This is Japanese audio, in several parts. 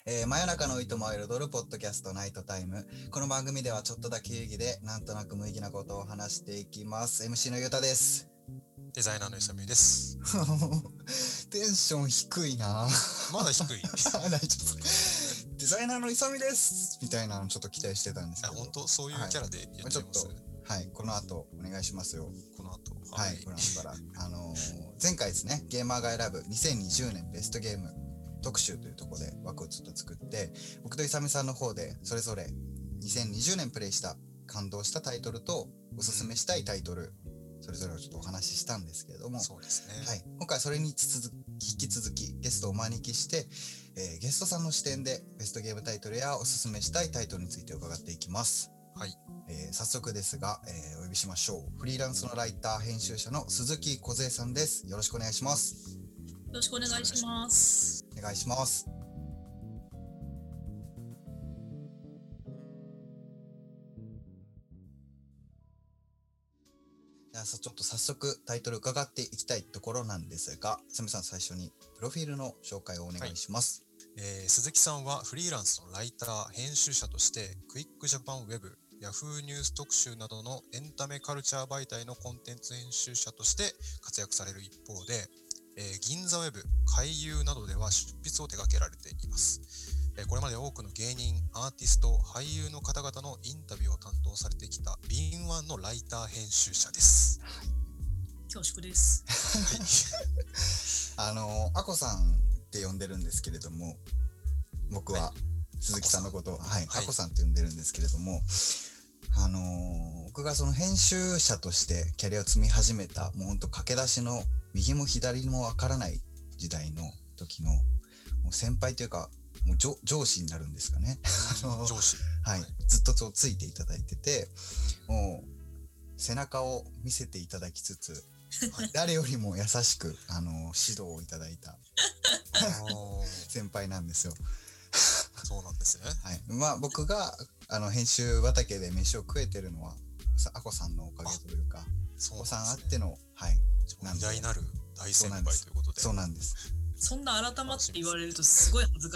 真夜中のいともを彩るポッドキャストナイトタイム。この番組ではちょっとだけ有意義でなんとなく無意義なことを話していきます。 MC のゆうたです。 デザイナーのいさみです。 テンション低いな。 まだ低いデザイナーのいさみですみたいなのちょっと期待してたんですけど、 本当そういうキャラで言っちゃいます、 はい、この後お願いしますよ。 この後はい、この後から前回ですね、ゲーマーが選ぶ2020年ベストゲーム特集というところで枠をちょっと作って、僕といさみさんの方でそれぞれ2020年プレイした感動したタイトルとおすすめしたいタイトル、それぞれをちょっとお話ししたんですけれども、 そうですね、 はい、今回それに引き続きゲストをお招きして、ゲストさんの視点でベストゲームタイトルやおすすめしたいタイトルについて伺っていきます。 はい。 早速ですが、お呼びしましょう。フリーランスのライター編集者の鈴木梢さんです。よろしくお願いします。 よろしくお願いします。 お願いします。じゃあちょっと早速タイトル伺っていきたいところなんですが、いさみさん最初にプロフィールの紹介をお願いします。 はい。鈴木さんはフリーランスのライター編集者としてクイックジャパンウェブ、ヤフーニュース特集などのエンタメカルチャー媒体のコンテンツ編集者として活躍される一方で、銀座ウェブ、海遊などでは執筆を手掛けられています。これまで多くの芸人、アーティスト、俳優の方々のインタビューを担当されてきた敏腕のライター編集者です。 恐縮です。 あこさんって呼んでるんですけれども、僕は鈴木さんのことをあこさんって呼んでるんですけれども、僕がその編集者としてキャリアを積み始めた、もうほんと駆け出しの右も左もわからない時代の時のもう先輩というかもう上司になるんですかね。 上司、 はい、ずっとついていただいてて、もう背中を見せていただきつつ、誰よりも優しく指導をいただいた先輩なんですよ。 そうなんですね。 はい、まあ僕が編集畑で飯を食えてるのはあこさんのおかげというか、あこさんあっての、はい、 偉大なる大先輩ということで。 そうなんです。 そんな改まって言われるとすごい恥ずか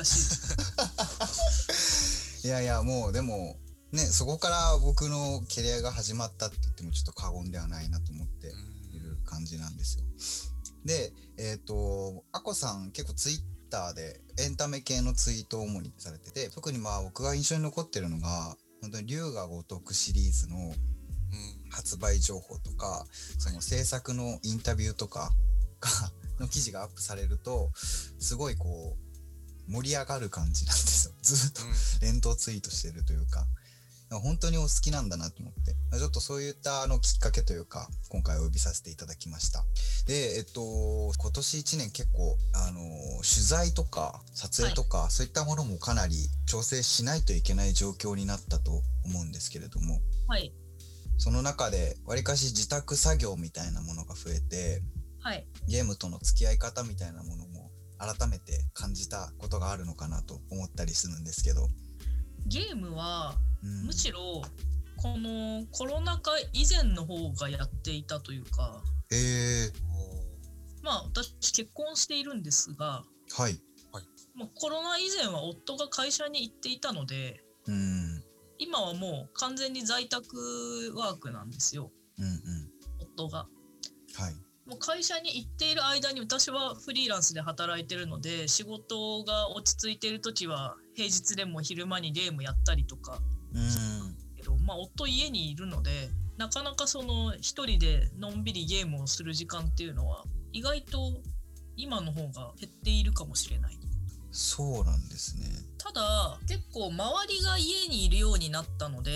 しい。いやいや、もうでもね、そこから僕のキャリアが始まったって言ってもちょっと過言ではないなと思っている感じなんですよ。で、あこさん結構ツイッターでエンタメ系のツイートを主にされてて、特にまあ僕が印象に残ってるのが本当に龍が如くシリーズの発売情報とか、その制作のインタビューとかの記事がアップされるとすごいこう盛り上がる感じなんですよ。ずっと連投ツイートしてるというか、本当にお好きなんだなと思って、ちょっとそういったきっかけというか今回お呼びさせていただきました。で、今年1年結構取材とか撮影とか、そういったものもかなり調整しないといけない状況になったと思うんですけれども、 はい、 その中でわりかし自宅作業みたいなものが増えて、 はい、 ゲームとの付き合い方みたいなものも改めて感じたことがあるのかなと思ったりするんですけど、 ゲームは、むしろこのコロナ禍以前の方がやっていたというか、まあ私結婚しているんですが、 はい、 もうコロナ以前は夫が会社に行っていたので、今はもう完全に在宅ワークなんですよ、夫が。はい、もう会社に行っている間に私はフリーランスで働いてるので、仕事が落ち着いている時は平日でも昼間にゲームやったりとかけど、まあ夫家にいるのでなかなかその一人でのんびりゲームをする時間っていうのは意外と今の方が減っているかもしれない。 そうなんですね。 ただ結構周りが家にいるようになったので、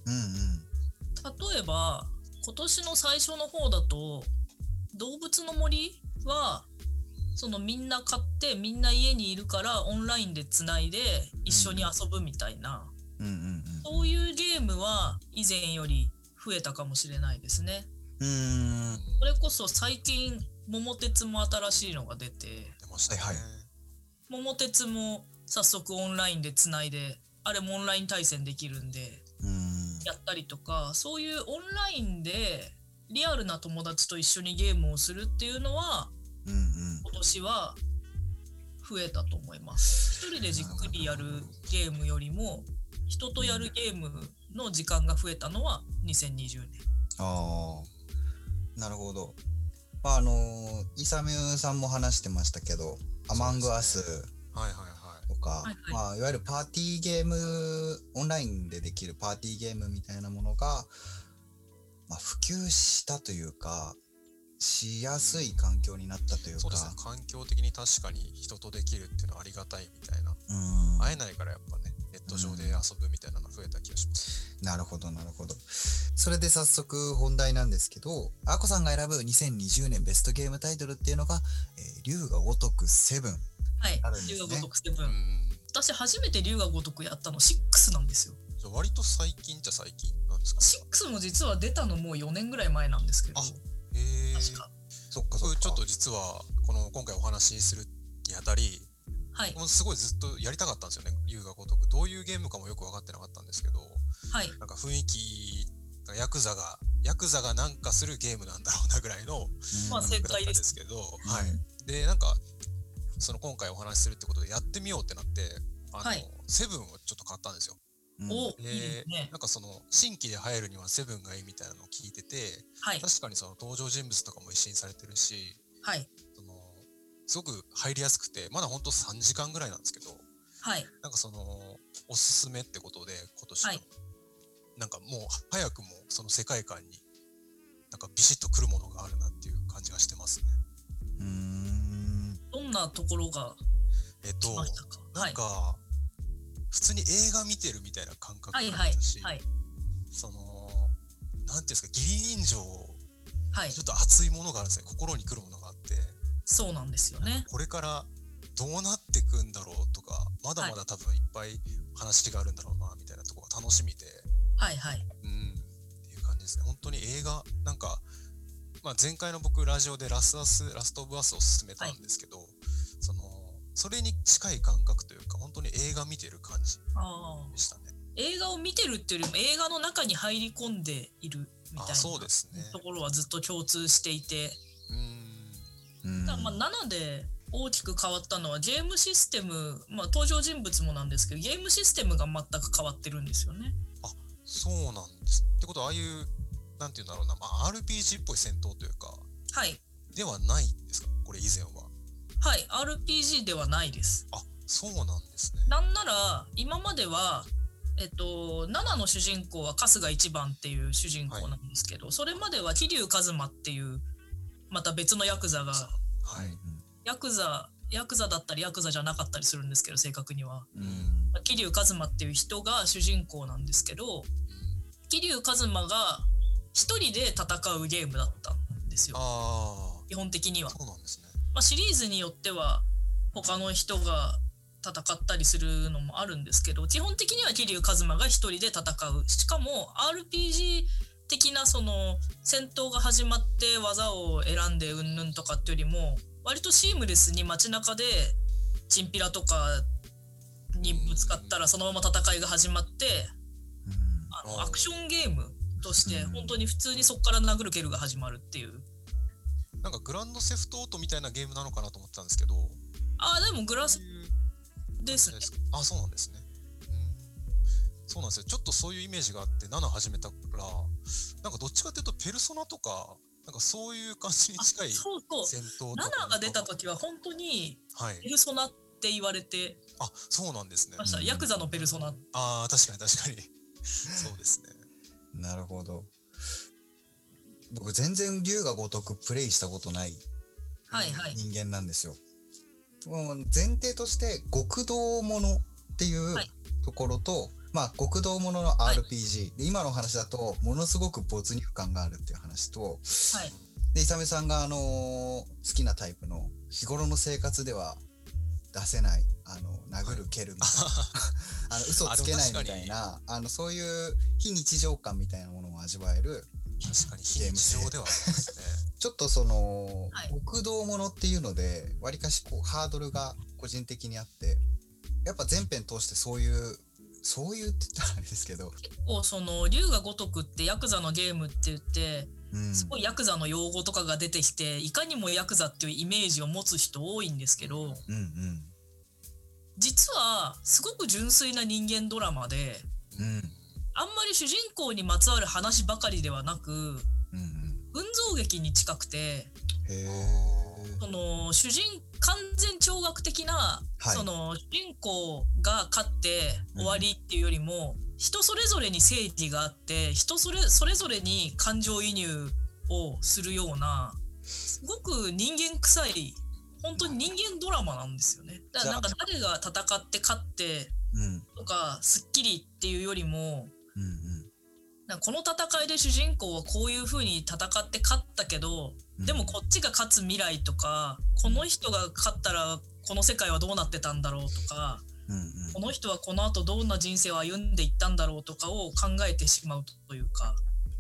例えば今年の最初の方だと動物の森はそのみんな買ってみんな家にいるからオンラインでつないで一緒に遊ぶみたいな、そういうゲームは以前より増えたかもしれないですね。それこそ最近桃鉄も新しいのが出ましたね。 桃鉄も早速オンラインでつないで、あれもオンライン対戦できるんでやったりとか、そういうオンラインでリアルな友達と一緒にゲームをするっていうのは、今年は増えたと思います。一人でじっくりやるゲームよりも人とやるゲームの時間が増えたのは2020年。 ああ、なるほど。イサミュさんも話してましたけど、アマングアスとか、いわゆるパーティーゲーム、オンラインでできるパーティーゲームみたいなものが、普及したというか、しやすい環境になったというか、 そうですね、環境的に確かに人とできるっていうのはありがたいみたいな、会えないからやっぱね、ネット上で遊ぶみたいなの増えた気がします。 なるほどなるほど。それで早速本題なんですけど、アコさんが選ぶ2020年ベストゲームタイトルっていうのが、龍が如く7あるんですね。 龍が如く7。私初めて龍が如くやったの6なんですよ。 じゃあ割と最近じゃ最近なんですか。 6も実は出たのもう4年ぐらい前なんですけど。 確か。そっか。ちょっと実は今回お話しするにあたり、もうすごいずっとやりたかったんですよね。龍が如くどういうゲームかもよく分かってなかったんですけど、なんか雰囲気ヤクザがなんかするゲームなんだろうなぐらいの正解ですけど、でなんか今回お話しするってことでやってみようってなってセブンをちょっと買ったんですよ。なんか新規で入るにはセブンがいいみたいなのを聞いてて、確かに登場人物とかも一新されてるし、すごく入りやすくて、まだほんと3時間ぐらいなんですけど、なんかおすすめってことで今年の、なんかもう早くもその世界観になんかビシッとくるものがあるなっていう感じがしてますね。 どんなところが来ましたか？ なんか普通に映画見てるみたいな感覚があったし、なんていうんですか、義理人情、ちょっと熱いものがあるんですね。心にくるものがあって、 そうなんですよね。 これからどうなってくんだろうとか、まだまだ多分いっぱい話があるんだろうなみたいなところが楽しみで、っていう感じですね。本当に映画なんか、前回の僕ラジオでラストオブアスを勧めたんですけど、それに近い感覚というか、本当に映画見てる感じでしたね。 映画を見てるっていうよりも映画の中に入り込んでいるみたいなところはずっと共通していて、7で大きく変わったのはゲームシステム、登場人物もなんですけど、ゲームシステムが全く変わってるんですよね。 そうなんですってことは、ああいうなんていうんだろうな、RPG っぽい戦闘というか、ではないんですか、これ以前は。 RPG ではないです。 そうなんですね。 なんなら今までは7の主人公は春日一番っていう主人公なんですけど、それまでは桐生一馬っていうまた別のヤクザが、ヤクザだったりヤクザじゃなかったりするんですけど、正確には桐生一馬っていう人が主人公なんですけど、桐生一馬が一人で戦うゲームだったんですよ、基本的には。 そうなんですね。 シリーズによっては他の人が戦ったりするのもあるんですけど、基本的には桐生一馬が一人で戦う。しかも RPG 的な戦闘が始まって技を選んでうんぬんとかっていうよりも、割とシームレスに街中でチンピラとかにぶつかったらそのまま戦いが始まって、アクションゲームとして本当に普通にそこから殴る蹴るが始まるっていう。 なんかグランドセフトオートみたいなゲームなのかなと思ってたんですけど。 でもグラスですね。 そうなんですね。そうなんですよ。ちょっとそういうイメージがあって7始めたから、なんかどっちかっていうとペルソナとかなんかそういう感じに近い戦闘とか。 7が出た時は本当にペルソナって言われて、 そうなんですね。 ヤクザのペルソナ。 確かにそうですね。 なるほど。僕全然龍が如くプレイしたことない人間なんですよ。もう前提として極道ものっていうところと、極道ものの RPG、で今の話だとものすごく没入感があるっていう話と、でイサメさんが好きなタイプの日頃の生活では出せない殴る蹴るみたいな嘘つけないみたいなそういう非日常感みたいなものを味わえる。 確かに非日常ではありますね。 ちょっと極道ものっていうのでわりかしハードルが個人的にあって、やっぱ全編通してそういうって言ったらあれですけど、 結構龍が如くってヤクザのゲームって言って、すごいヤクザの用語とかが出てきて、いかにもヤクザっていうイメージを持つ人多いんですけど、 実はすごく純粋な人間ドラマで、 うん、 あんまり主人公にまつわる話ばかりではなく、 うんうん、 群像劇に近くて、その完全懲悪的な、はい、その主人公が勝って終わりっていうよりも、人それぞれに正義があって人それぞれに感情移入をするようなすごく人間臭い本当に人間ドラマなんですよね。だからなんか誰が戦って勝ってとかスッキリっていうよりも、なんかこの戦いで主人公はこういう風に戦って勝ったけど、でもこっちが勝つ未来とか、この人が勝ったらこの世界はどうなってたんだろうとか、この人はこの後どんな人生を歩んでいったんだろうとかを考えてしまうというか、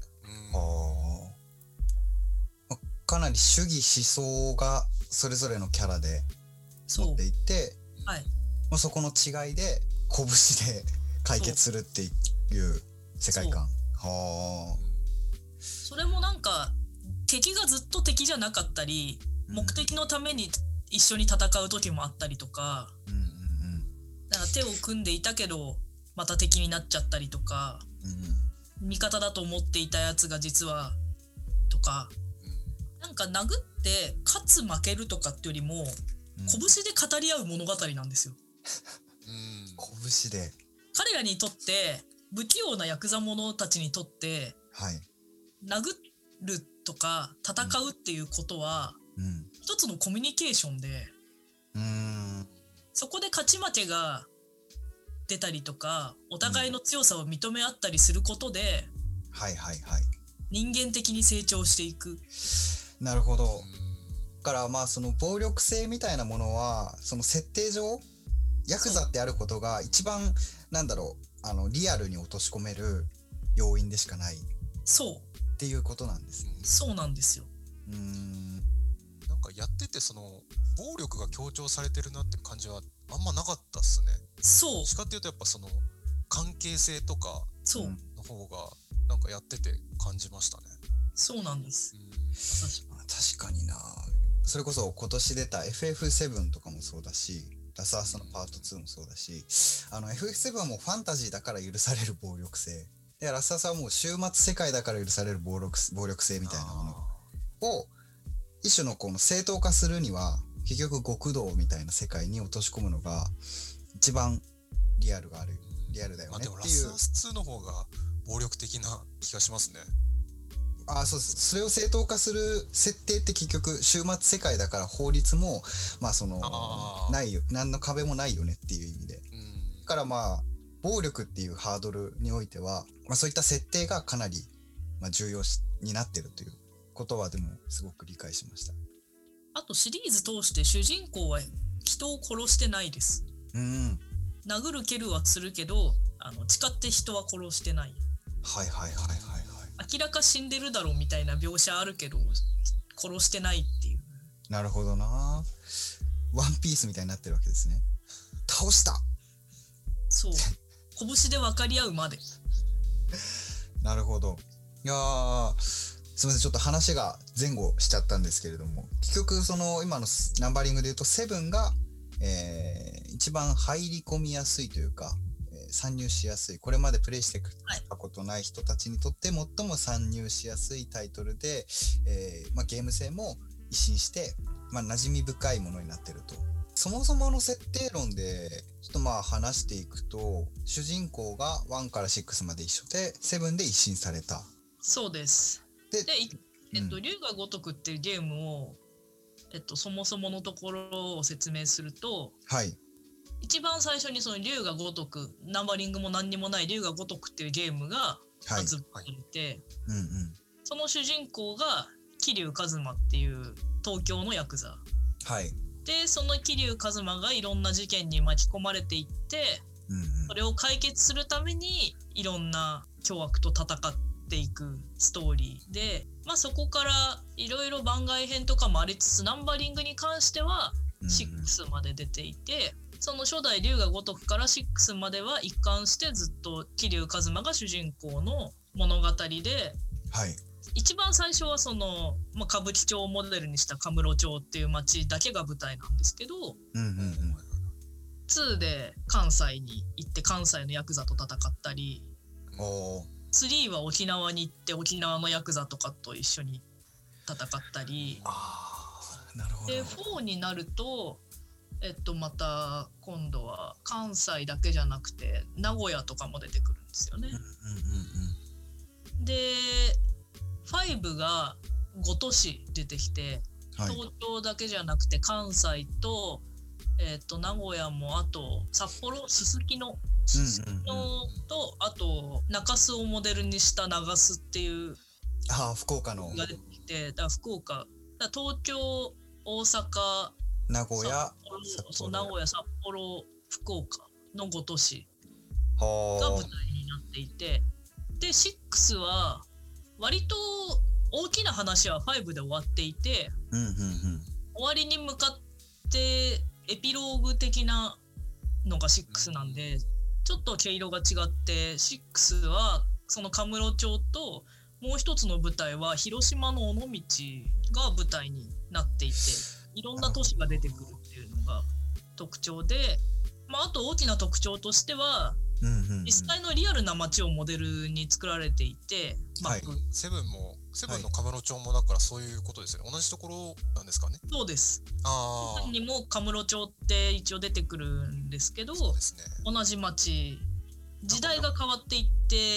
かなり主義思想がそれぞれのキャラで持っていて、 はい、 そこの違いで拳で解決するっていう世界観。 それもなんか敵がずっと敵じゃなかったり、目的のために一緒に戦う時もあったりとか、なんか手を組んでいたけどまた敵になっちゃったりとか、味方だと思っていたやつが実はとか、なんか殴って勝つ負けるとかってよりも、拳で語り合う物語なんですよ。 拳で彼らにとって不器用なヤクザ者たちにとって、 はい、 殴るとか戦うっていうことは、一つのコミュニケーションで、そこで勝ち負けが出たりとか、お互いの強さを認め合ったりすることで、人間的に成長していく。 なるほど。だからまあその暴力性みたいなものはその設定上ヤクザってあることが一番なんだろう、リアルに落とし込める要因でしかない。 そうっていうことなんですね。 そうなんですよ。 なんかやっててその暴力が強調されてるなって感じはあんまなかったっすね。 そう。 しかっていうとやっぱその関係性とかの方がなんかやってて感じましたね。 そうなんです。 確かにな。それこそ今年出た FF7 とかもそうだし、ラスアースのパート2もそうだし、FF7 はもうファンタジーだから許される暴力性で、ラスアースはもう終末世界だから許される暴力性みたいなものを一種のこの正当化するには結局極道みたいな世界に落とし込むのが一番リアルだよねっていう。 でもラスアース2の方が暴力的な気がしますね。 そうです。それを正当化する設定って結局終末世界だから法律もまあそのないよ、何の壁もないよねっていう意味で、だからまあ暴力っていうハードルにおいては、そういった設定がかなり重要になってるということはでもすごく理解しました。 あとシリーズ通して主人公は人を殺してないです。殴る蹴るはするけど誓って人は殺してない。明らか死んでるだろうみたいな描写あるけど殺してないっていう。 なるほどな。ワンピースみたいになってるわけですね。倒した。 そう。拳で分かり合うまで。 なるほど。いやすみません、ちょっと話が前後しちゃったんですけれども、結局その今のナンバリングでいうと7が、一番入り込みやすいというか、参入しやすい、これまでプレイしてきたことない人たちにとって最も参入しやすいタイトルで、ゲーム性も一新して、馴染み深いものになってると。そもそもの設定論でちょっと話していくと、主人公が1から6まで一緒で7で一新された。 そうです。で龍が如くっていうゲームを、そもそものところを説明すると、一番最初にその龍が如く、ナンバリングも何にもない龍が如くっていうゲームが発売されて、その主人公が桐生一馬っていう東京のヤクザ、でその桐生一馬がいろんな事件に巻き込まれていって、それを解決するためにいろんな凶悪と戦っていくストーリーで、そこからいろいろ番外編とかもありつつ、ナンバリングに関しては6まで出ていて、その初代龍が如くから6までは一貫してずっと桐生一馬が主人公の物語で、一番最初はその、歌舞伎町をモデルにした神室町っていう町だけが舞台なんですけど、 2で関西に行って関西のヤクザと戦ったり、3は沖縄に行って沖縄のヤクザとかと一緒に戦ったり、 なるほど。 で4になるとまた今度は関西だけじゃなくて名古屋とかも出てくるんですよね。で5が5都市出てきて、東京だけじゃなくて関西と、名古屋も、あと札幌すすきのと、あと中洲をモデルにした長洲っていう福岡のが出てきて、だ福岡だ東京大阪名古屋名古屋札幌福岡の5都市が舞台になっていて、で6は割と大きな話は5で終わっていて、終わりに向かってエピローグ的なのが6なんで、ちょっと毛色が違って、6はその神室町ともう一つの舞台は広島の尾道が舞台になっていて、いろんな都市が出てくるっていうのが特徴で、あと大きな特徴としては、実際のリアルな街をモデルに作られていて、 セブンの神室町もだからそういうことですよね。同じところなんですかね。 そうです。セブンにも神室町って一応出てくるんですけど、同じ街、時代が変わっていって、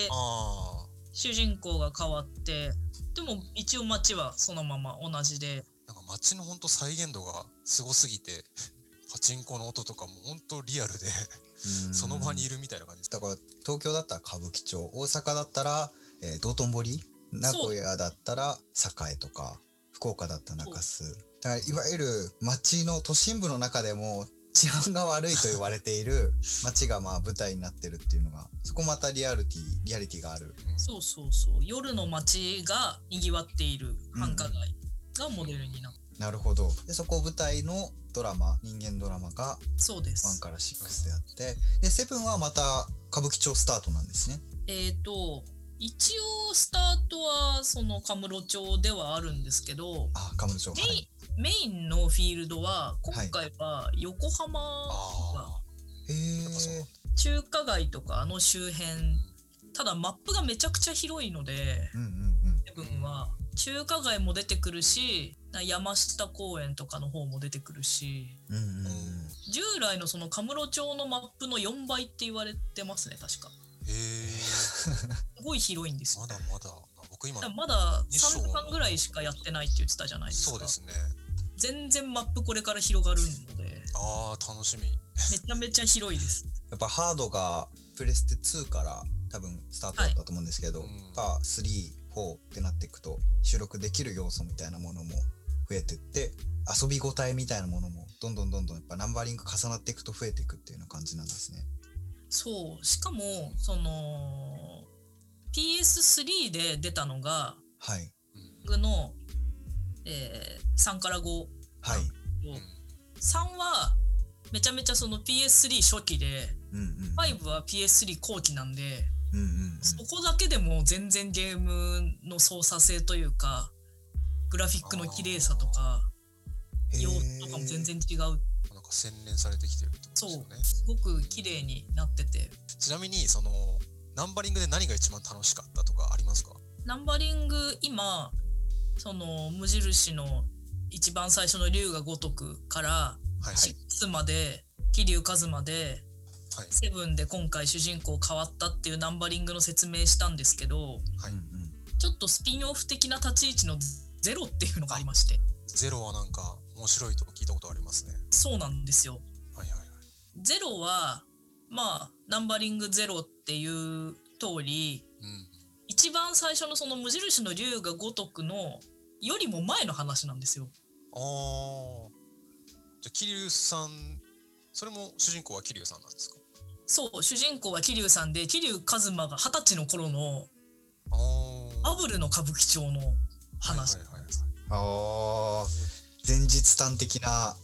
主人公が変わって、でも一応街はそのまま同じで、 なんか街の本当再現度がすごすぎて、パチンコの音とかも本当リアルでその場にいるみたいな感じです。 だから東京だったら歌舞伎町、大阪だったら、道頓堀、名古屋だったら栄とか、福岡だったら中洲。だからいわゆる街の都心部の中でも治安が悪いと言われている街が舞台になってるっていうのが、そこまたリアリティがある。 そう夜の街が賑わっている繁華街がモデルになって、 なるほど。でそこを舞台のドラマ、人間ドラマがそうです 1から6であって、で7はまた歌舞伎町スタートなんですね。 一応スタートはその神室町ではあるんですけど、 神室町、 メインのフィールドは今回は横浜が、中華街とか周辺、ただマップがめちゃくちゃ広いので、セブンは中華街も出てくるし、山下公園とかの方も出てくるし、従来のその神室町のマップの4倍って言われてますね、確か。すごい広いんですよ。 まだ僕今まだ3時間ぐらいしかやってないって言ってたじゃないですか。 そうですね。 全然マップこれから広がるので、 楽しみ。 めちゃめちゃ広いです。 やっぱハードがプレステ2から多分スタートだったと思うんですけど、3、4ってなっていくと収録できる要素みたいなものも増えてって、遊び応えみたいなものもどんどんやっぱナンバリング重なっていくと増えていくっていうような感じなんですね。 そう、しかもその PS3 で出たのが、僕の、3から5、3はめちゃめちゃその PS3 初期で、5は PS3 後期なんで、そこだけでも全然ゲームの操作性というかグラフィックの綺麗さとか用途とかも全然違う。 なんか洗練されてきてるってことですよね。 そう、すごく綺麗になってて。 ちなみにそのナンバリングで何が一番楽しかったとかありますか？ ナンバリング、今その無印の一番最初の龍が如くから6まで桐生一馬で、セブンで今回主人公変わったっていうナンバリングの説明したんですけど、ちょっとスピンオフ的な立ち位置のゼロっていうのがありまして。 ゼロはなんか面白いと聞いたことありますね。 そうなんですよ。ゼロはナンバリングゼロっていう通り、一番最初のその無印の龍が如くのよりも前の話なんですよ。 じゃあ桐生さん、それも主人公は桐生さんなんですか？ そう、主人公は桐生さんで、桐生一馬が20歳の頃のバブルの歌舞伎町の話。 前日譚的な。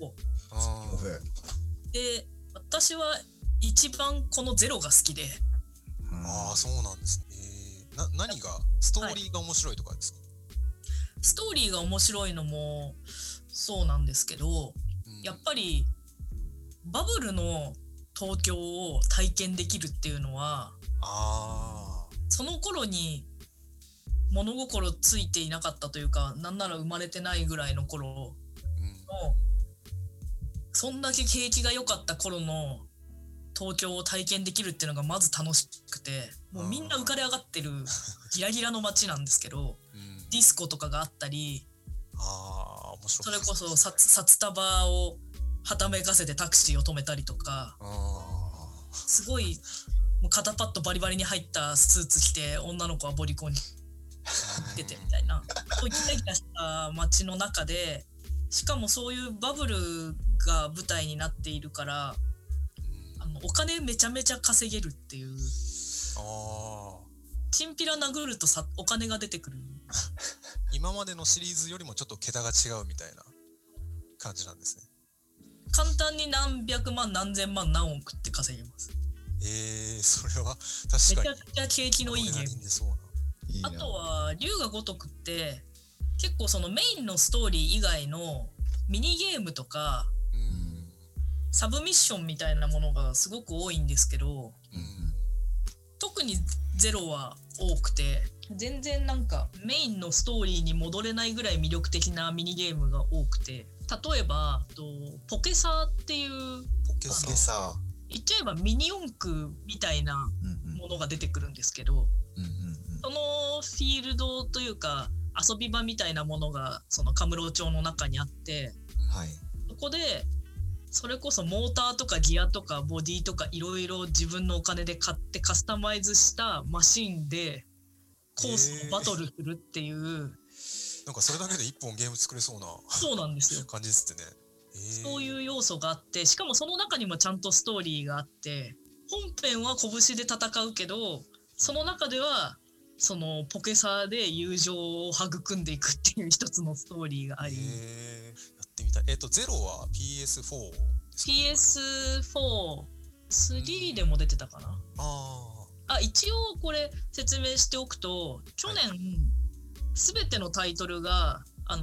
で、私は一番このゼロが好きで。 そうなんですね。何がストーリーが面白いとかですか？ ストーリーが面白いのもそうなんですけど、やっぱりバブルの東京を体験できるっていうのは、その頃に物心ついていなかったというか、なんなら生まれてないぐらいの頃の、そんだけ景気が良かった頃の東京を体験できるっていうのがまず楽しくて、もうみんな浮かれ上がってるギラギラの街なんですけど、ディスコとかがあったり、 面白い。 それこそ札束をはためかせてタクシーを止めたりとか、すごいもう肩パッドバリバリに入ったスーツ着て、女の子はボディコンに出てみたいな、そういうギラギラした街の中で、しかもそういうバブルが舞台になっているから、お金めちゃめちゃ稼げるっていう。チンピラ殴るとお金が出てくる。 今までのシリーズよりもちょっと桁が違うみたいな感じなんですね。 簡単に何百万何千万何億って稼げます。 それは確かにめちゃくちゃ景気のいいゲーム。あとは龍が如くって結構そのメインのストーリー以外のミニゲームとか、サブミッションみたいなものがすごく多いんですけど、特にゼロは多くて、全然なんかメインのストーリーに戻れないぐらい魅力的なミニゲームが多くて、例えばポケサーっていうポケサー言っちゃえばミニ四駆みたいなものが出てくるんですけど、そのフィールドというか遊び場みたいなものがそのカムロ町の中にあって、そこでそれこそモーターとかギアとかボディとかいろいろ自分のお金で買ってカスタマイズしたマシンでコースをバトルするっていう、 なんかそれだけで一本ゲーム作れそうなそうなんですよ感じですってね。 そういう要素があって、しかもその中にもちゃんとストーリーがあって、本編は拳で戦うけど、その中ではそのポケサーで友情を育んでいくっていう一つのストーリーがあり、 やってみたい。ゼロは PS4 ですかね。 PS4、3でも出てたかな。一応これ説明しておくと、去年全てのタイトルが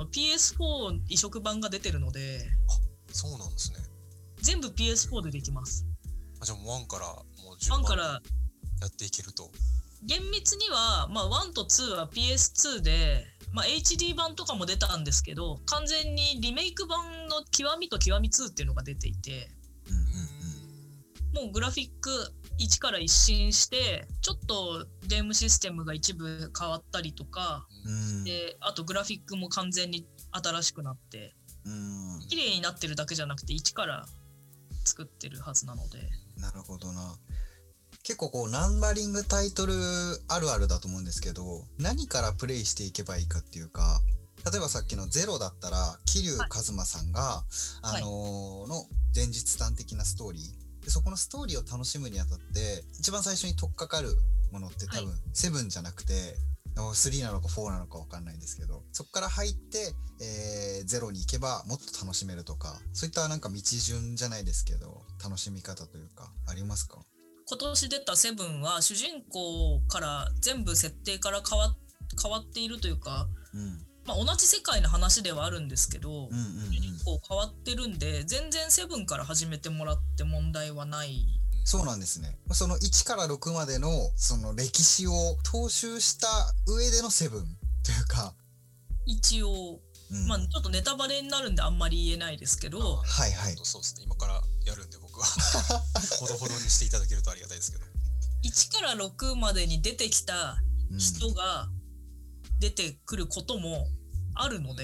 PS4 移植版が出てるので、 そうなんですね。 全部 PS4 でできます。 じゃあもう1からもう順番にやっていけると。 厳密には、1と2は PS2 で、HD 版とかも出たんですけど、完全にリメイク版の極みと極み2っていうのが出ていて、もうグラフィック1から一新して、ちょっとゲームシステムが一部変わったりとか、であとグラフィックも完全に新しくなって、綺麗になってるだけじゃなくて一から作ってるはずなので。 なるほどな。結構こうナンバリングタイトルあるあるだと思うんですけど、何からプレイしていけばいいかっていうか、例えばさっきのゼロだったら桐生一馬さんが、の前日談的なストーリーで、そこのストーリーを楽しむにあたって一番最初に取っかかるものって多分7じゃなくて、3なのか4なのか分かんないんですけど、そこから入って、ゼロに行けばもっと楽しめるとか、そういったなんか道順じゃないですけど楽しみ方というかありますか？ 今年出たセブンは主人公から全部設定から変わっているというか、同じ世界の話ではあるんですけど、主人公変わってるんで、全然セブンから始めてもらって問題はない。 そうなんですね。その1から6までのその歴史を踏襲した上でのセブンというか、 一応、ちょっとネタバレになるんであんまり言えないですけど、 そうですね、今からやるんで僕はほどほどにしていただけるとありがたいですけど、 1から6までに出てきた人が出てくることもあるので、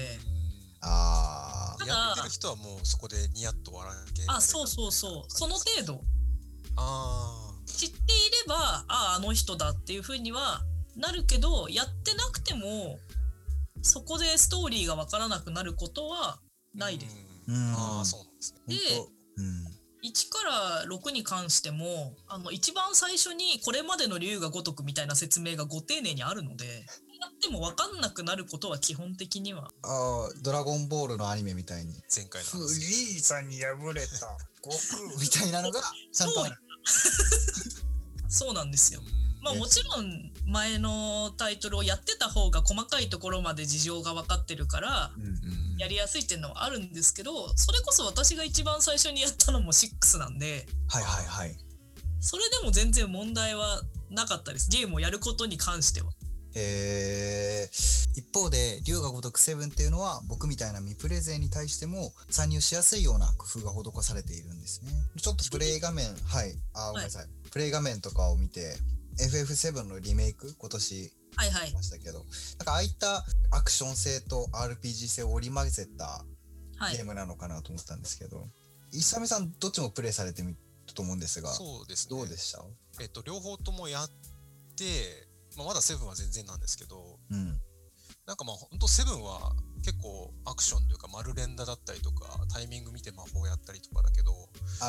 やってる人はもうそこでニヤッと笑うけ。 そうその程度知っていればあの人だっていう風にはなるけど、やってなくてもそこでストーリーが分からなくなることはないです。 そうなんですね。 で、1から6に関しても一番最初にこれまでの龍が如くみたいな説明がご丁寧にあるので、やっても分かんなくなることは基本的には。 ドラゴンボールのアニメみたいに前回のフリーザに敗れた悟空みたいなのがちゃんとある。 そうなんですよ。 まあもちろん前のタイトルをやってた方が細かいところまで事情が分かってるからやりやすいっていうのはあるんですけど、それこそ私が一番最初にやったのも6なんで、 はいはいはい。 それでも全然問題はなかったです、ゲームをやることに関しては。 一方で龍が如く7っていうのは僕みたいな未プレ勢に対しても参入しやすいような工夫が施されているんですね。ちょっとプレイ画面、ごめんなさい、プレイ画面とかを見て FF7 のリメイク今年しましたけど、なんかああいったアクション性と RPG 性を織り交ぜたゲームなのかなと思ったんですけど、イサミさんどっちもプレイされてみたと思うんですが、 そうですね、 どうでした？ 両方ともやって、まだ7は全然なんですけど、なんかほんと7は結構アクションというか丸連打だったりとかタイミング見て魔法やったりとかだけど、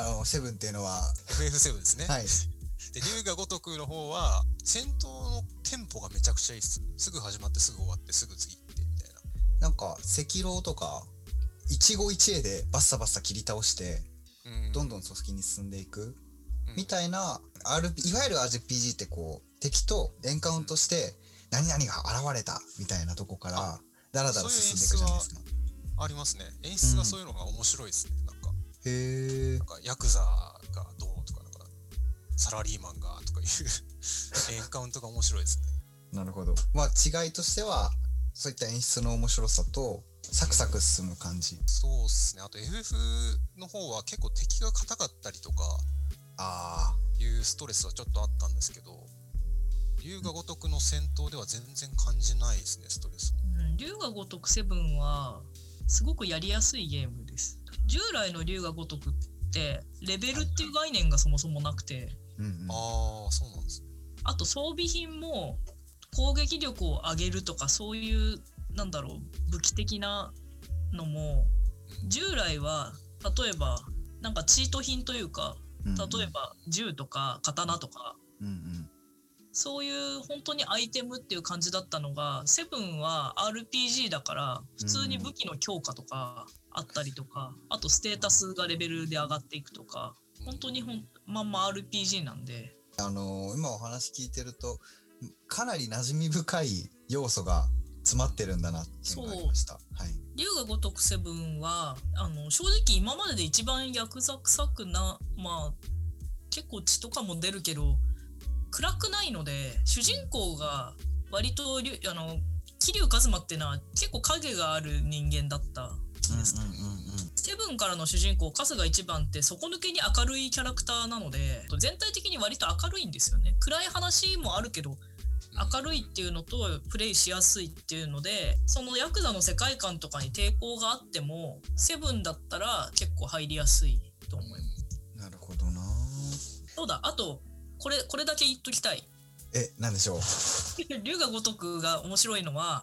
7っていうのは FF7 ですね。はい。で龍が如くの方は戦闘のテンポがめちゃくちゃいいです。すぐ始まってすぐ終わってすぐ次行ってみたいな。 なんか赤狼とか一期一会でバッサバッサ切り倒して、どんどん組織に進んでいく、みたいな、いわゆる RPG ってこう敵とエンカウントして何々が現れたみたいなとこからだらだら進んでいくじゃないですか。 ありますね。演出がそういうのが面白いですね。なんかなんかヤクザがどうとか、なんかサラリーマンがとかいうエンカウントが面白いですね。 なるほど。まあ違いとしてはそういった演出の面白さとサクサク進む感じ。 そうですね。あと FF の方は結構敵が硬かったりとかいうストレスはちょっとあったんですけど、龍が如くの戦闘では全然感じないですね、ストレス。 龍が如く7はすごくやりやすいゲームです。従来の龍が如くってレベルっていう概念がそもそもなくて、 そうなんですね。 あと装備品も攻撃力を上げるとかそういう武器的なのも従来は例えばなんかチート品というか、例えば銃とか刀とか、そういう本当にアイテムっていう感じだったのが、7は RPG だから普通に武器の強化とかあったりとか、あとステータスがレベルで上がっていくとか、本当にまんま RPG なんで、 今お話聞いてるとかなり馴染み深い要素が詰まってるんだなっていうのがありました。 龍が如く7は正直今までで一番ヤクザ臭く結構血とかも出るけど暗くないので、主人公が割と桐生一馬っていうのは結構影がある人間だったんですね。7からの主人公春日一番って底抜けに明るいキャラクターなので、全体的に割と明るいんですよね。暗い話もあるけど明るいっていうのとプレイしやすいっていうので、そのヤクザの世界観とかに抵抗があっても7だったら結構入りやすいと思います。 なるほどな。 そうだ、あとこれだけ言っときたい。 何でしょう。 龍が如くが面白いのは、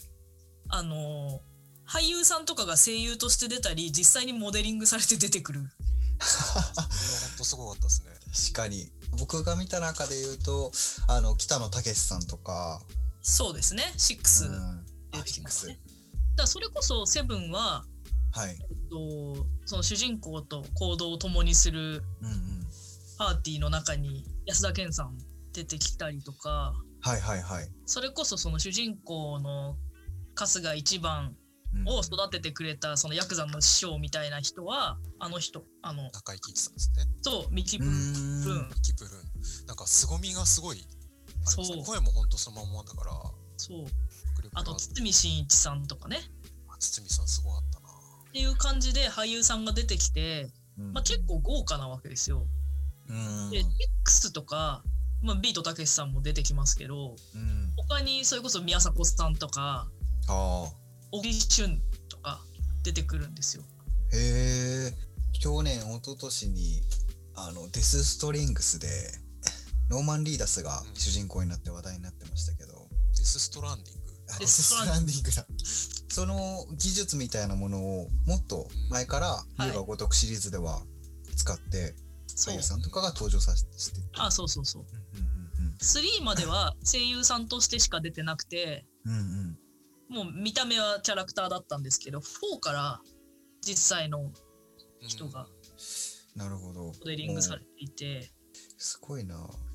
俳優さんとかが声優として出たり実際にモデリングされて出てくる。 本当すごかったですね。 確かに僕が見た中で言うと北野武さんとか。 そうですね、6出てきますね。だからそれこそ7は、その主人公と行動を共にするパーティーの中に安田顕さん出てきたりとか、それこそその主人公の春日一番を育ててくれたそのヤクザの師匠みたいな人は中井貴一さんですね。 そうミキプルーン。 なんか凄みがすごい。声も本当そのままだから。 そう。あと堤真一さんとかね。 堤さんすごかったな。 っていう感じで俳優さんが出てきて、結構豪華なわけですよ。で X とか、ビートたけしさんも出てきますけど、他にそれこそ宮迫さんとか小木俊とか出てくるんですよ。 へえ。去年一昨年にデスストリングスでノーマン・リーダスが主人公になって話題になってましたけど、 デスストランディングデスストランディングだ。その技術みたいなものをもっと前から龍が如くシリーズでは使って俳優さんとかが登場させて、 そう3までは声優さんとしてしか出てなくてもう見た目はキャラクターだったんですけど、4から実際の人がなるほどモデリングされていて、 すごいな。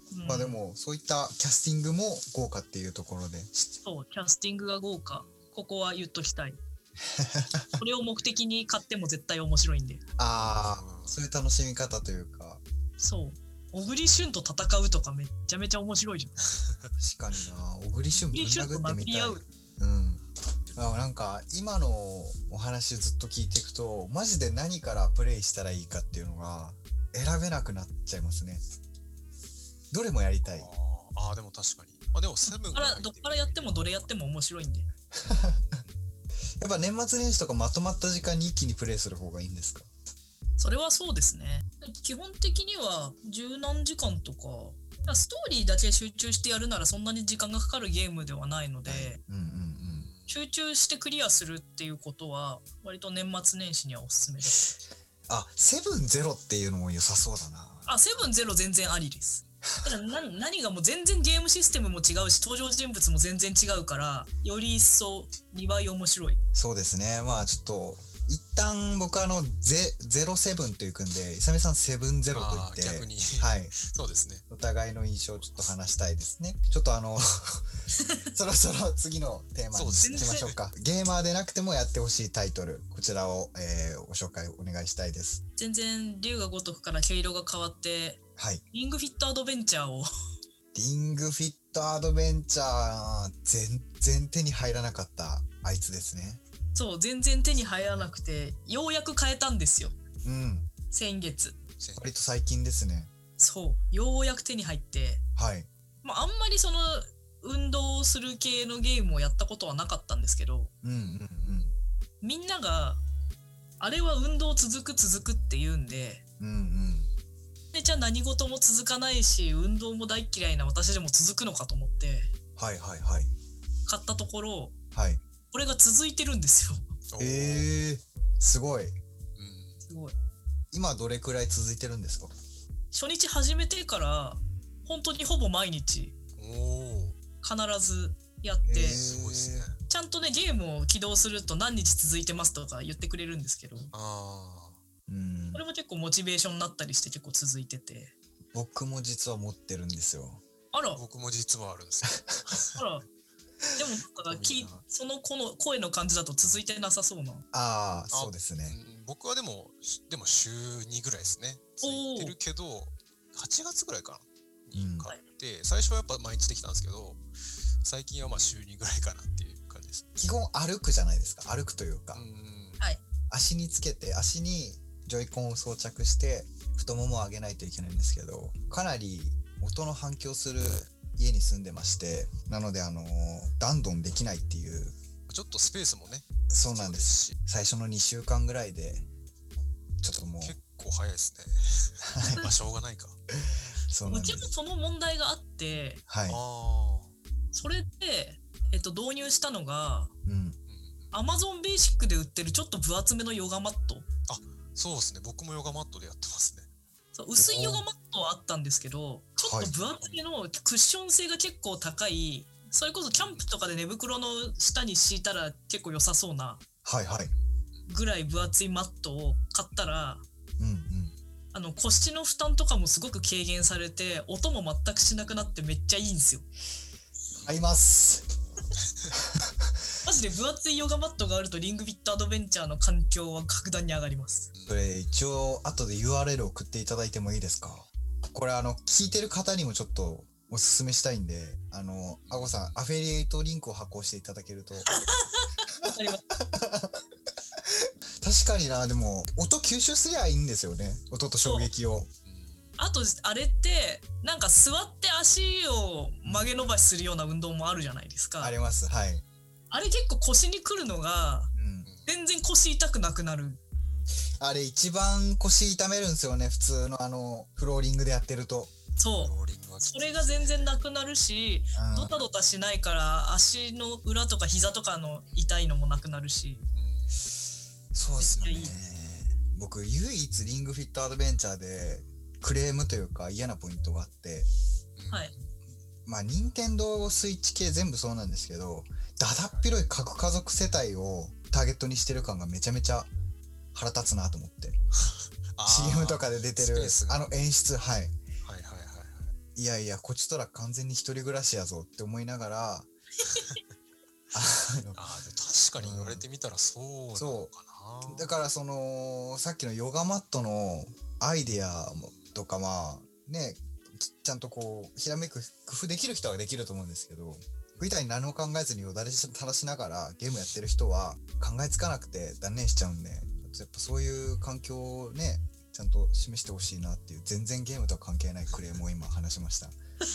まあでもそういったキャスティングも豪華っていうところで、 そうキャスティングが豪華、ここは言っときたい。それを目的に買っても絶対面白いんで。 ああ、そういう楽しみ方というか。 そう小栗旬と戦うとかめっちゃめちゃ面白いじゃん。 確かにな、小栗旬ぶん殴ってみたい。 うんなんか今のお話ずっと聞いていくと、マジで何からプレイしたらいいかっていうのが選べなくなっちゃいますね。どれもやりたい。 ああ、でも確かに。あ、でもセブンがどっからやってもどれやっても面白いんで。 やっぱ年末年始とかまとまった時間に一気にプレイする方がいいんですか？ それはそうですね。基本的には十何時間とか、ストーリーだけ集中してやるならそんなに時間がかかるゲームではないので、集中してクリアするっていうことは割と年末年始にはおすすめです。 あ、セブンゼロっていうのも良さそうだな。 あ、セブンゼロ全然ありです。ただ何がもう全然ゲームシステムも違うし登場人物も全然違うから、より一層2倍面白い。 そうですね。まあちょっと一旦僕07という組んで、イサメさん70と言って、 逆にはい、 そうですね。 お互いの印象をちょっと話したいですね。ちょっとそろそろ次のテーマに行きましょうか。ゲーマーでなくてもやってほしいタイトル、こちらを、ご紹介お願いしたいです。 全然龍が如くから毛色が変わって、 はい、 リングフィットアドベンチャーをリングフィットアドベンチャー全然手に入らなかったあいつですね。 そう全然手に入らなくて、ようやく買えたんですよ。先月。 割と最近ですね。 そうようやく手に入って、 はい。 まあ、あんまりその運動する系のゲームをやったことはなかったんですけど、みんながあれは運動続くって言うんで、でじゃあ何事も続かないし運動も大嫌いな私でも続くのかと思って買ったところ、これが続いてるんですよ。 すごい。 すごい。 今どれくらい続いてるんですか？ 初日始めてから本当にほぼ毎日必ずやって、 すごいですね。 ちゃんとねゲームを起動すると何日続いてますとか言ってくれるんですけど、これも結構モチベーションになったりして結構続いてて。 僕も実は持ってるんですよ。 あら。 僕も実はあるんですよ。 あら。でもその子の声の感じだと続いてなさそうな。 ああ、そうですね。 僕はでも週2ぐらいですね。続いてるけど8月ぐらいかなに買って、最初はやっぱ毎日できたんですけど、最近はまあ週2ぐらいかなっていう感じです。 基本歩くじゃないですか。歩くというか、 はい、 足につけて足にジョイコンを装着して太ももを上げないといけないんですけど、かなり音の反響する家に住んでまして、なのでダンドンできないっていう。 ちょっとスペースもね。 そうなんですし、最初の2週間ぐらいでちょっともう結構早いですね。まあしょうがないか。 そうなんです。 うちもその問題があって、それで、導入したのが、Amazon ベーシックで売ってるちょっと分厚めのヨガマット。 あ、そうですね。僕もヨガマットでやってますね。 そう薄いヨガマットはあったんですけど、ちょっと分厚めのクッション性が結構高い、それこそキャンプとかで寝袋の下に敷いたら結構良さそうなぐらい分厚いマットを買ったら、腰の負担とかもすごく軽減されて、音も全くしなくなってめっちゃいいんですよ。 合います。 マジで分厚いヨガマットがあるとリングフィットアドベンチャーの環境は格段に上がります。 それ一応後で URL 送っていただいてもいいですか？これ聞いてる方にもちょっとおすすめしたいんで、あごさんアフィリエイトリンクを発行していただけると。わかります。 確かにな。でも音吸収すりゃいいんですよね。音と衝撃を。 あとあれってなんか座って足を曲げ伸ばしするような運動もあるじゃないですか。 あります。はい。 あれ結構腰にくるのが、全然腰痛くなくなる。 あれ一番腰痛めるんですよね。普通のフローリングでやってると。 そうそれが全然なくなるし、ドタドタしないから足の裏とか膝とかの痛いのもなくなるし、 そうですね。僕唯一リングフィットアドベンチャーでクレームというか嫌なポイントがあって、まあ任天堂スイッチ系全部そうなんですけど、だだっ広い核家族世帯をターゲットにしてる感がめちゃめちゃ腹立つなと思って。CM とかで出てる演出、 いやいやこちとら完全に一人暮らしやぞって思いながら確かに言われてみたらそうなのかな。 だからそのさっきのヨガマットのアイデアとかまあねちゃんとこうひらめく工夫できる人はできると思うんですけど、僕みたいに何も考えずによだれ垂らしながらゲームやってる人は考えつかなくて断念しちゃうんで、やっぱそういう環境をねちゃんと示してほしいなっていう、全然ゲームとは関係ないクレームを今話しました。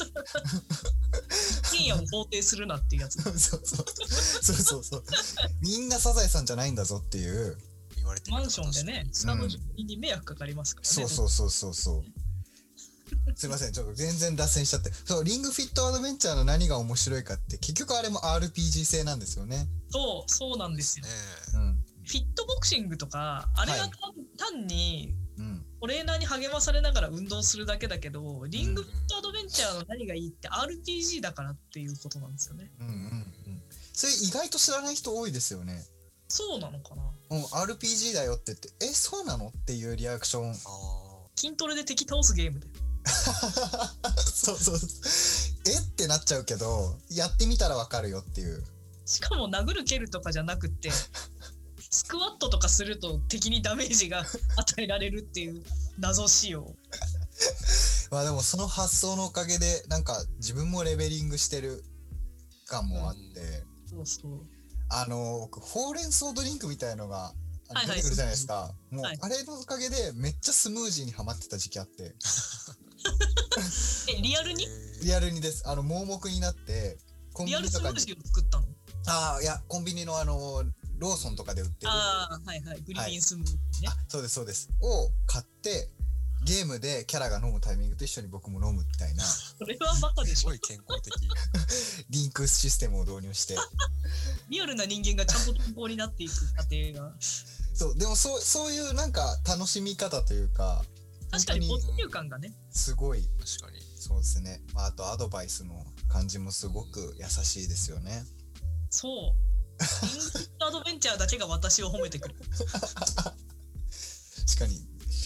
深夜を肯定するなっていうやつ。 そうみんなサザエさんじゃないんだぞっていう言われてみたらマンションでね下の住人に迷惑かかりますからね。 そうすいませんちょっと全然脱線しちゃって、そうリングフィットアドベンチャーの何が面白いかって結局あれも RPG 性なんですよね。 そうなんですよ、 ね。 フィットボクシングとかあれは単にうん、 トレーナーに励まされながら運動するだけだけど、リングフィットアドベンチャーの何がいいって RPG だからっていうことなんですよね。 それ意外と知らない人多いですよね。 そうなのかな。 RPG だよって言ってそうなのっていうリアクション。 筋トレで敵倒すゲームでそうってなっちゃうけどやってみたらわかるよっていう。 しかも殴る蹴るとかじゃなくってスクワットとかすると敵にダメージが与えられるっていう謎仕様。 まあでもその発想のおかげでなんか自分もレベリングしてる感もあって、 そう僕ほうれん草ドリンクみたいのが出てくるじゃないですか。もうあれのおかげでめっちゃスムージーにはまってた時期あってリアルにです。盲目になってコンビニとかにリアルスムージーを作ったの？ いやコンビニのローソンとかで売ってるグリーンスムージーね、 そうですを買ってゲームでキャラが飲むタイミングと一緒に僕も飲むみたいなそれはバカでしょ。 すごい健康的リンクシステムを導入してリアルな人間がちゃんと健康になっていく過程がでもそういうなんか楽しみ方というか、 確かに没入感がねすごい。 確かにそうですね。あとアドバイスの感じもすごく優しいですよね。 そうリングフィットアドベンチャーだけが私を褒めてくる確かに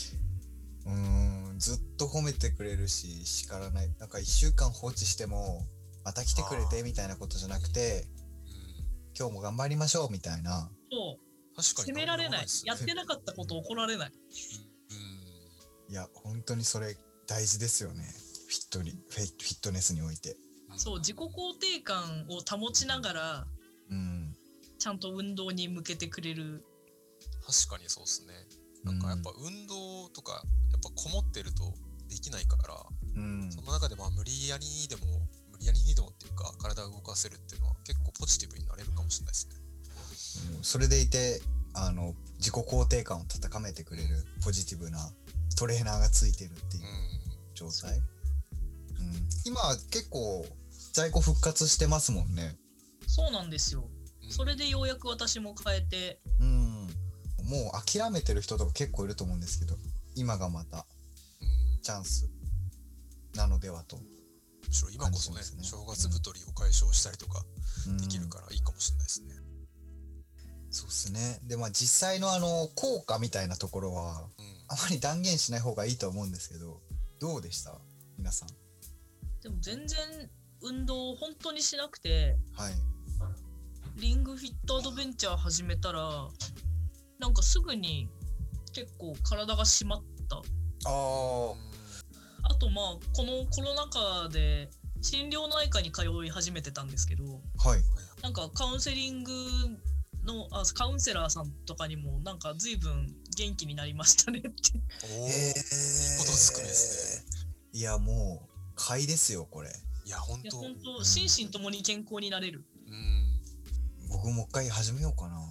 ずっと褒めてくれるし叱らない。なんか1週間放置してもまた来てくれてみたいなことじゃなくて、今日も頑張りましょうみたいな。 確かに責められない。やってなかったこと怒られない。 いや本当にそれ大事ですよね。フィットネスにおいて。 そう自己肯定感を保ちながら、ちゃんと運動に向けてくれる。 確かにそうですね。なんかやっぱ運動とかやっぱこもってるとできないから、その中で無理やりにでもっていうか体を動かせるっていうのは結構ポジティブになれるかもしれないですね。 それでいて自己肯定感を高めてくれるポジティブなトレーナーがついてるっていう状態。今は結構在庫復活してますもんね。 そうなんですよ。それでようやく私も変えて、 もう諦めてる人とか結構いると思うんですけど、今がまたチャンスなのではと。 むしろ今こそね、正月太りを解消したりとかできるからいいかもしれないですね。 そうですね。で実際の効果みたいなところは、あまり断言しない方がいいと思うんですけど、どうでした皆さん？ でも全然運動を本当にしなくて、リングフィットアドベンチャー始めたらなんかすぐに結構体が締まった。あとこのコロナ禍で心療内科に通い始めてたんですけど、なんかカウンセリングのカウンセラーさんとかにもなんか随分元気になりましたねって。いいことつくですね。いやもう買いですよこれ。 いや本当心身ともに健康になれる。 僕もう一回始めようかな。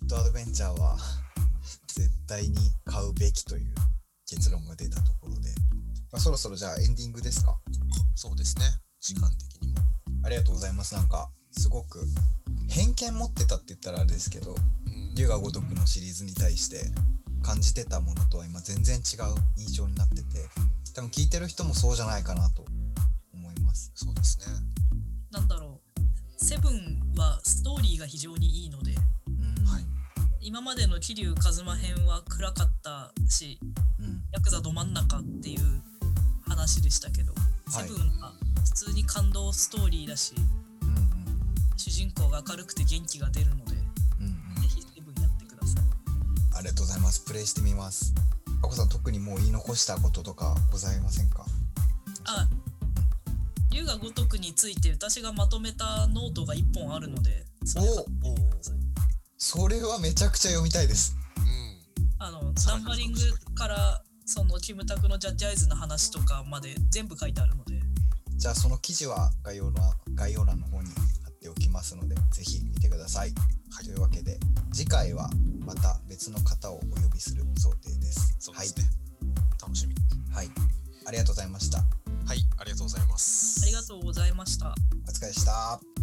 トアドベンチャーは絶対に買うべきという結論が出たところで、そろそろじゃあエンディングですか。 そうですね、時間的にも。 ありがとうございます。なんかすごく偏見持ってたって言ったらあれですけど、龍が如くのシリーズに対して感じてたものとは今全然違う印象になってて、多分聞いてる人もそうじゃないかなと思います。 そうですね。 なんだろう、セブンはストーリーが非常にいいので、 はい、 今までの桐生一馬編は暗かったし、ヤクザど真ん中っていう話でしたけど、セブンは普通に感動ストーリーだし、主人公が明るくて元気が出るので、ぜひセブンやってください。 ありがとうございます。プレイしてみます。あこさん、特にもう言い残したこととかございませんか？ 龍が如くについて私がまとめたノートが1本あるので、 それはめちゃくちゃ読みたいです。 ナンバリングからそのキムタクのジャッジアイズの話とかまで全部書いてあるので、 じゃあその記事は概要欄の方に貼っておきますので、ぜひ見てください。というわけで次回はまた別の方をお呼びする想定です。 そうですね、楽しみ。 はい、ありがとうございました。 はい、ありがとうございます。 ありがとうございました。 お疲れでした。